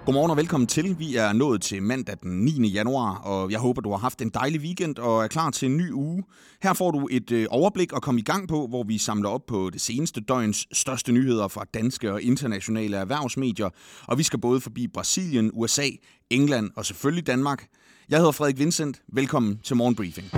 Godmorgen og velkommen til. Vi er nået til mandag den 9. januar, og jeg håber, du har haft en dejlig weekend og er klar til en ny uge. Her får du et overblik at komme i gang på, hvor vi samler op på det seneste døgns største nyheder fra danske og internationale erhvervsmedier. Og vi skal både forbi Brasilien, USA, England og selvfølgelig Danmark. Jeg hedder Frederik Vincent. Velkommen til Morgenbriefing.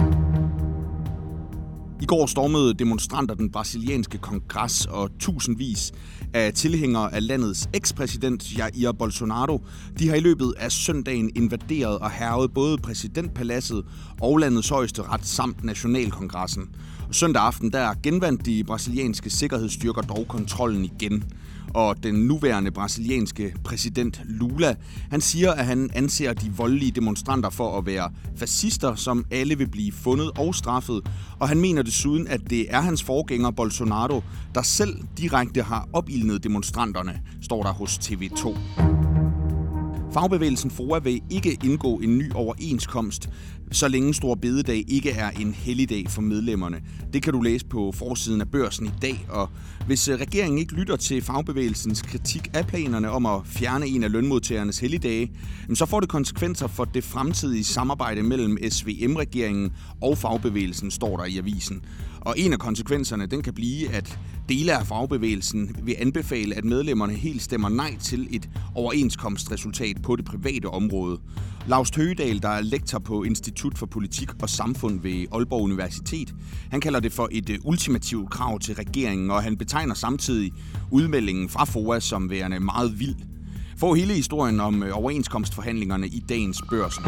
I går stormede demonstranter den brasilianske kongres, og tusindvis af tilhængere af landets ekspræsident Jair Bolsonaro, de har i løbet af søndagen invaderet og hærget både præsidentpaladset og landets højeste ret samt nationalkongressen. Søndag aften der genvandt de brasilianske sikkerhedsstyrker dog kontrollen igen. Og den nuværende brasilianske præsident Lula, han siger, at han anser de voldelige demonstranter for at være fascister, som alle vil blive fundet og straffet. Og han mener desuden, at det er hans forgænger Bolsonaro, der selv direkte har opildnet demonstranterne, står der hos TV2. Fagbevægelsen FOA vil ikke indgå en ny overenskomst, så længe Store Bededag ikke er en helligdag for medlemmerne. Det kan du læse på forsiden af Børsen i dag, og hvis regeringen ikke lytter til fagbevægelsens kritik af planerne om at fjerne en af lønmodtagernes helligdage, så får det konsekvenser for det fremtidige samarbejde mellem SVM-regeringen og fagbevægelsen, står der i avisen. Og en af konsekvenserne, den kan blive, at dele af fagbevægelsen vil anbefale, at medlemmerne helt stemmer nej til et overenskomstresultat på det private område. Laust Høgedal, der er lektor på Institut for Politik og Samfund ved Aalborg Universitet, han kalder det for et ultimativt krav til regeringen, og han betegner samtidig udmeldingen fra FOA som værende meget vild. Få hele historien om overenskomstforhandlingerne i dagens Børsen.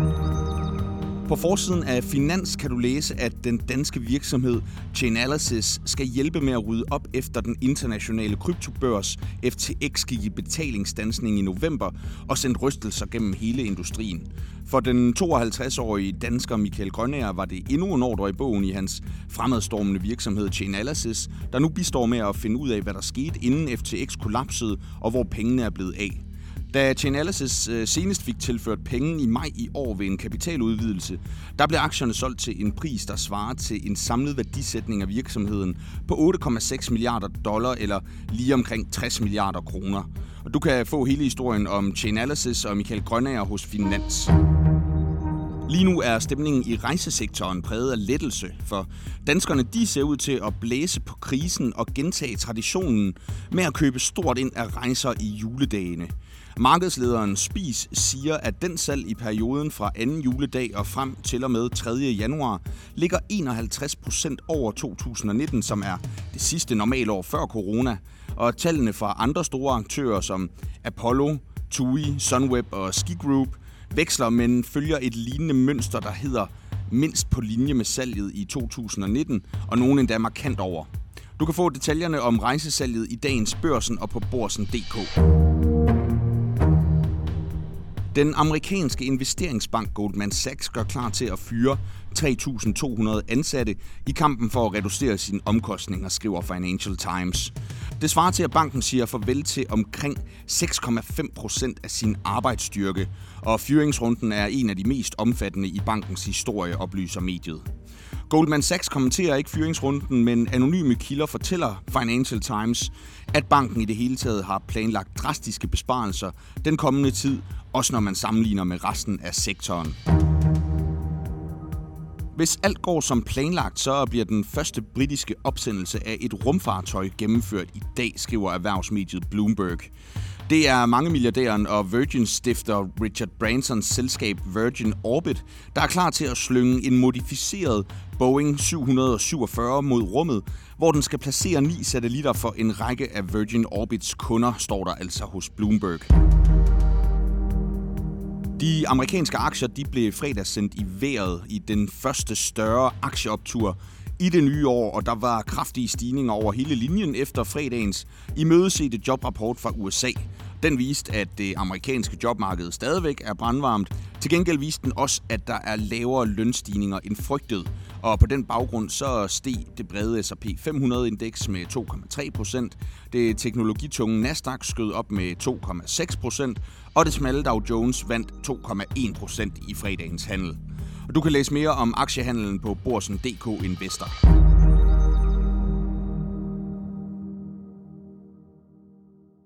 På forsiden af Finans kan du læse, at den danske virksomhed Chainalysis skal hjælpe med at rydde op efter den internationale kryptobørs FTX gik i betalingsstandsning i november og sendte rystelser gennem hele industrien. For den 52-årige dansker Michael Grønager var det endnu en ordre i bogen i hans fremadstormende virksomhed Chainalysis, der nu bistår med at finde ud af, hvad der skete inden FTX kollapsede og hvor pengene er blevet af. Da Chainalysis senest fik tilført penge i maj i år ved en kapitaludvidelse, der blev aktierne solgt til en pris, der svarer til en samlet værdisætning af virksomheden på $8,6 milliarder eller lige omkring 60 milliarder kroner. Og du kan få hele historien om Chainalysis og Michael Grønager hos Finans. Lige nu er stemningen i rejsesektoren præget af lettelse, for danskerne de ser ud til at blæse på krisen og gentage traditionen med at købe stort ind af rejser i juledagene. Markedslederen Spis siger, at den salg i perioden fra anden juledag og frem til og med 3. januar ligger 51% over 2019, som er det sidste normalår før corona. Og tallene fra andre store aktører som Apollo, TUI, Sunweb og Ski Group veksler, men følger et lignende mønster, der hedder mindst på linje med salget i 2019, og nogen endda markant over. Du kan få detaljerne om rejsesalget i dagens Børsen og på Borsen.dk. Den amerikanske investeringsbank Goldman Sachs gør klar til at fyre 3.200 ansatte i kampen for at reducere sine omkostninger, skriver Financial Times. Det svarer til, at banken siger farvel til omkring 6,5% af sin arbejdsstyrke, og fyringsrunden er en af de mest omfattende i bankens historie, oplyser mediet. Goldman Sachs kommenterer ikke fyringsrunden, men anonyme kilder fortæller Financial Times, at banken i det hele taget har planlagt drastiske besparelser den kommende tid, også når man sammenligner med resten af sektoren. Hvis alt går som planlagt, så bliver den første britiske opsendelse af et rumfartøj gennemført i dag, skriver erhvervsmediet Bloomberg. Det er mangemilliardæren og Virgin-stifter Richard Bransons selskab Virgin Orbit, der er klar til at slynge en modificeret Boeing 747 mod rummet, hvor den skal placere 9 satellitter for en række af Virgin Orbits kunder, står der altså hos Bloomberg. De amerikanske aktier de blev fredag sendt i vejret i den første større aktieoptur i det nye år, og der var kraftige stigninger over hele linjen efter fredagens imødesete jobrapport fra USA. Den viste, at det amerikanske jobmarked stadigvæk er brandvarmt. Til gengæld viste den også, at der er lavere lønstigninger end frygtet. Og på den baggrund så steg det brede S&P 500-indeks med 2,3%. Det teknologitunge Nasdaq skød op med 2,6%, og det smalle Dow Jones vandt 2,1% i fredagens handel. Og du kan læse mere om aktiehandlen på Borsen.dk Investor.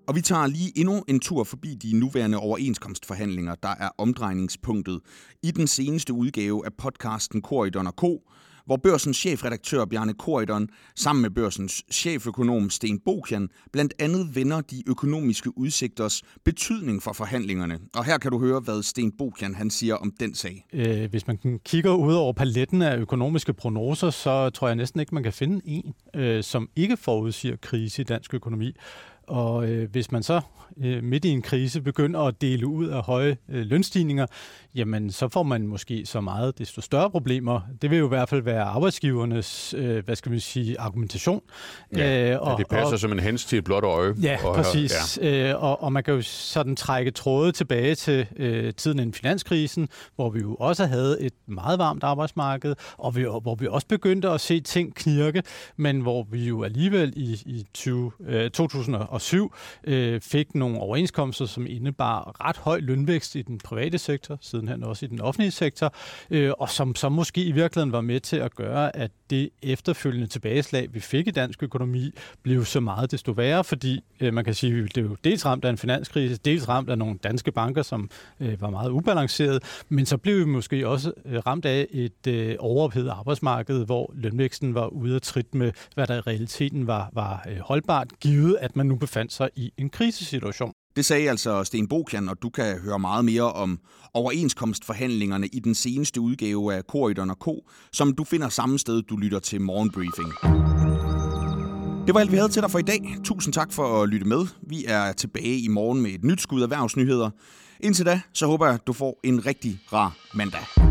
Og vi tager lige endnu en tur forbi de nuværende overenskomstforhandlinger, der er omdrejningspunktet i den seneste udgave af podcasten Corydon & Co., hvor Børsens chefredaktør Bjarne Corydon sammen med Børsens cheføkonom Sten Bokian blandt andet vender de økonomiske udsigters betydning for forhandlingerne. Og her kan du høre, hvad Sten Bokian han siger om den sag. Hvis man kigger ud over paletten af økonomiske prognoser, så tror jeg næsten ikke, man kan finde en, som ikke forudsiger krise i dansk økonomi. Og hvis man så midt i en krise begynder at dele ud af høje lønstigninger, jamen så får man måske så meget desto større problemer. Det vil jo i hvert fald være arbejdsgivernes, argumentation. Ja, det passer som en hens til et blåt øje. Ja, præcis. Ja. Og man kan jo sådan trække tråde tilbage til tiden inden finanskrisen, hvor vi jo også havde et meget varmt arbejdsmarked, og hvor vi også begyndte at se ting knirke, men hvor vi jo alligevel i 2007 fik nogle overenskomster, som indebar ret høj lønvækst i den private sektor, sidenhen også i den offentlige sektor, og som så måske i virkeligheden var med til at gøre, at det efterfølgende tilbageslag, vi fik i dansk økonomi, blev så meget desto værre, fordi man kan sige, at det jo dels ramt af en finanskrise, dels ramt af nogle danske banker, som var meget ubalanceret, men så blev vi måske også ramt af et overophedet arbejdsmarked, hvor lønvæksten var ude af trit med, hvad der i realiteten var holdbart, givet at man nu befandt sig i en krisesituation. Det sagde altså Sten Bokian, og du kan høre meget mere om overenskomstforhandlingerne i den seneste udgave af Corydon & Co., som du finder samme sted, du lytter til Morgenbriefing. Det var alt, vi havde til dig for i dag. Tusind tak for at lytte med. Vi er tilbage i morgen med et nyt skud af erhvervsnyheder. Indtil da, så håber jeg, at du får en rigtig rar mandag.